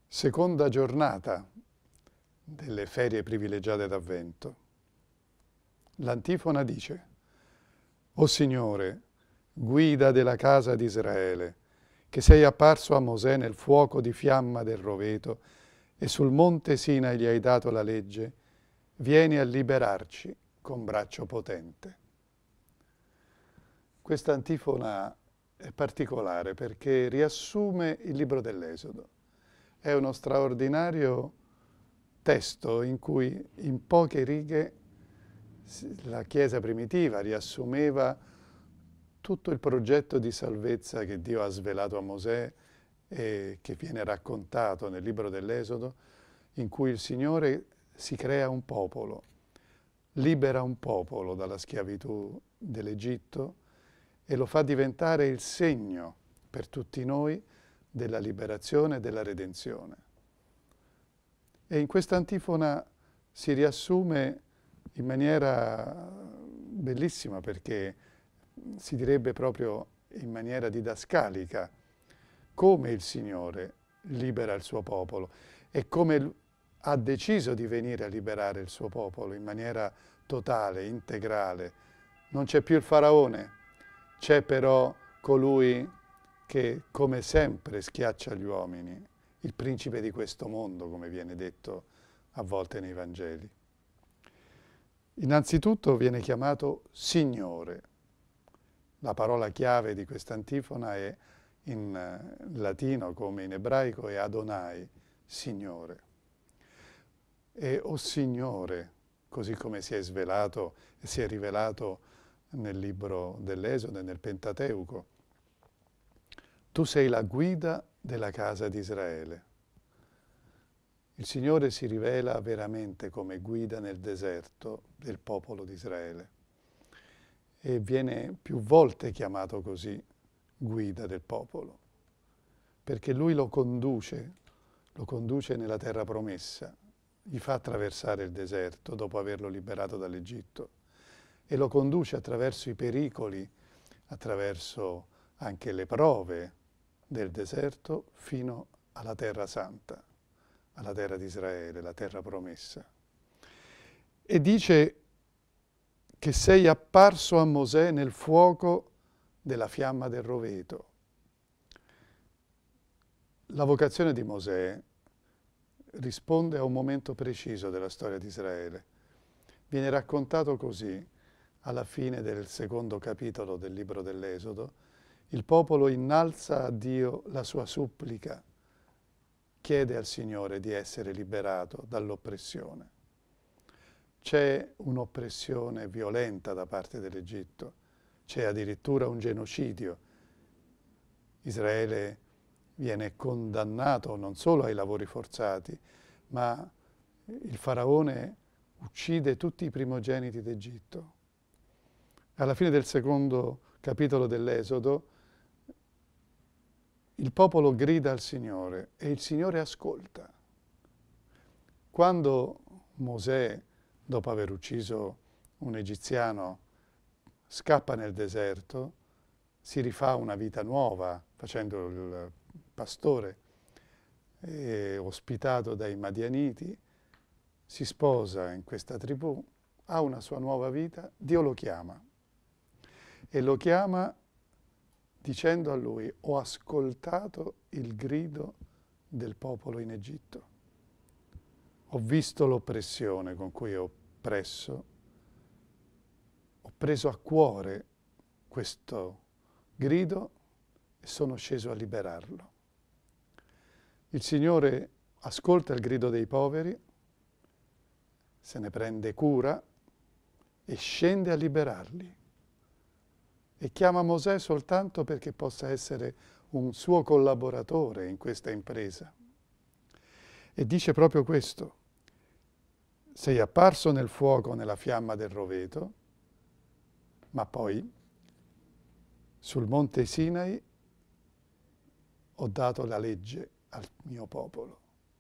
Seconda giornata delle ferie privilegiate d'Avvento. L'antifona dice: O Signore, guida della casa di Israele, che sei apparso a Mosè nel fuoco di fiamma del roveto e sul monte Sinai gli hai dato la legge, vieni a liberarci con braccio potente. Questa antifona è particolare perché riassume il libro dell'Esodo. È uno straordinario testo in cui in poche righe la Chiesa primitiva riassumeva tutto il progetto di salvezza che Dio ha svelato a Mosè e che viene raccontato nel libro dell'Esodo, in cui il Signore si crea un popolo, libera un popolo dalla schiavitù dell'Egitto e lo fa diventare il segno per tutti noi della liberazione e della redenzione. E in questa antifona si riassume in maniera bellissima, perché si direbbe proprio in maniera didascalica, come il Signore libera il suo popolo e come ha deciso di venire a liberare il suo popolo in maniera totale, integrale. Non c'è più il faraone, c'è però colui che come sempre schiaccia gli uomini, il principe di questo mondo, come viene detto a volte nei Vangeli. Innanzitutto viene chiamato Signore. La parola chiave di questa antifona è in latino come in ebraico è Adonai, Signore. E o Signore, così come si è svelato e si è rivelato nel libro dell'Esodo e nel Pentateuco, tu sei la guida della casa di Israele. Il Signore si rivela veramente come guida nel deserto del popolo di Israele e viene più volte chiamato così, guida del popolo, perché Lui lo conduce nella terra promessa, gli fa attraversare il deserto dopo averlo liberato dall'Egitto e lo conduce attraverso i pericoli, attraverso anche le prove del deserto fino alla terra santa, alla terra di Israele, la terra promessa. E dice che sei apparso a Mosè nel fuoco della fiamma del roveto. La vocazione di Mosè risponde a un momento preciso della storia di Israele. Viene raccontato così, alla fine del secondo capitolo del libro dell'Esodo: il popolo innalza a Dio la sua supplica, chiede al Signore di essere liberato dall'oppressione. C'è un'oppressione violenta da parte dell'Egitto, c'è addirittura un genocidio. Israele viene condannato non solo ai lavori forzati, ma il faraone uccide tutti i primogeniti d'Egitto. Alla fine del secondo capitolo dell'Esodo, il popolo grida al Signore e il Signore ascolta. Quando Mosè, dopo aver ucciso un egiziano, scappa nel deserto, si rifà una vita nuova facendo il pastore, ospitato dai Madianiti, si sposa in questa tribù, ha una sua nuova vita, Dio lo chiama e lo chiama dicendo a lui: ho ascoltato il grido del popolo in Egitto, ho visto l'oppressione con cui è oppresso, ho preso a cuore questo grido e sono sceso a liberarlo. Il Signore ascolta il grido dei poveri, se ne prende cura e scende a liberarli. E chiama Mosè soltanto perché possa essere un suo collaboratore in questa impresa. E dice proprio questo: sei apparso nel fuoco, nella fiamma del roveto, ma poi sul monte Sinai ho dato la legge al mio popolo.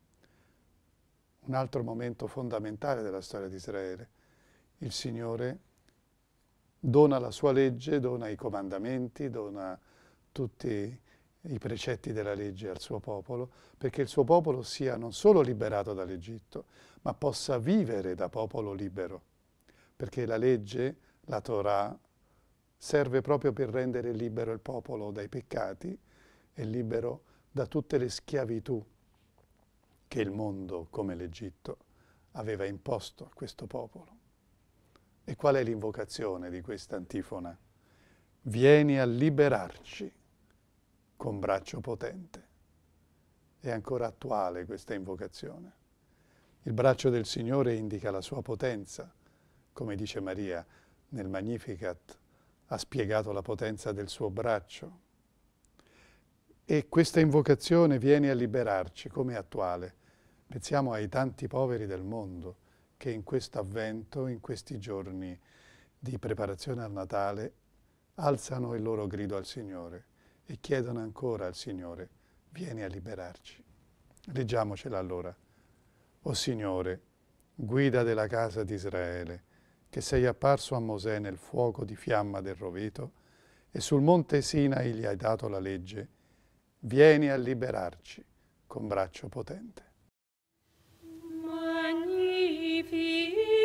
Un altro momento fondamentale della storia di Israele. Il Signore dona la sua legge, dona i comandamenti, dona tutti i precetti della legge al suo popolo, perché il suo popolo sia non solo liberato dall'Egitto, ma possa vivere da popolo libero, perché la legge, la Torah, serve proprio per rendere libero il popolo dai peccati e libero da tutte le schiavitù che il mondo, come l'Egitto, aveva imposto a questo popolo. E qual è l'invocazione di questa antifona? Vieni a liberarci con braccio potente. È ancora attuale questa invocazione. Il braccio del Signore indica la sua potenza, come dice Maria nel Magnificat, ha spiegato la potenza del suo braccio. E questa invocazione viene a liberarci, come è attuale. Pensiamo ai tanti poveri del mondo che in questo avvento, in questi giorni di preparazione al Natale, alzano il loro grido al Signore e chiedono ancora al Signore, vieni a liberarci. Leggiamocela allora. O Signore, guida della casa di Israele, che sei apparso a Mosè nel fuoco di fiamma del roveto e sul monte Sinai gli hai dato la legge, vieni a liberarci con braccio potente. Magnificat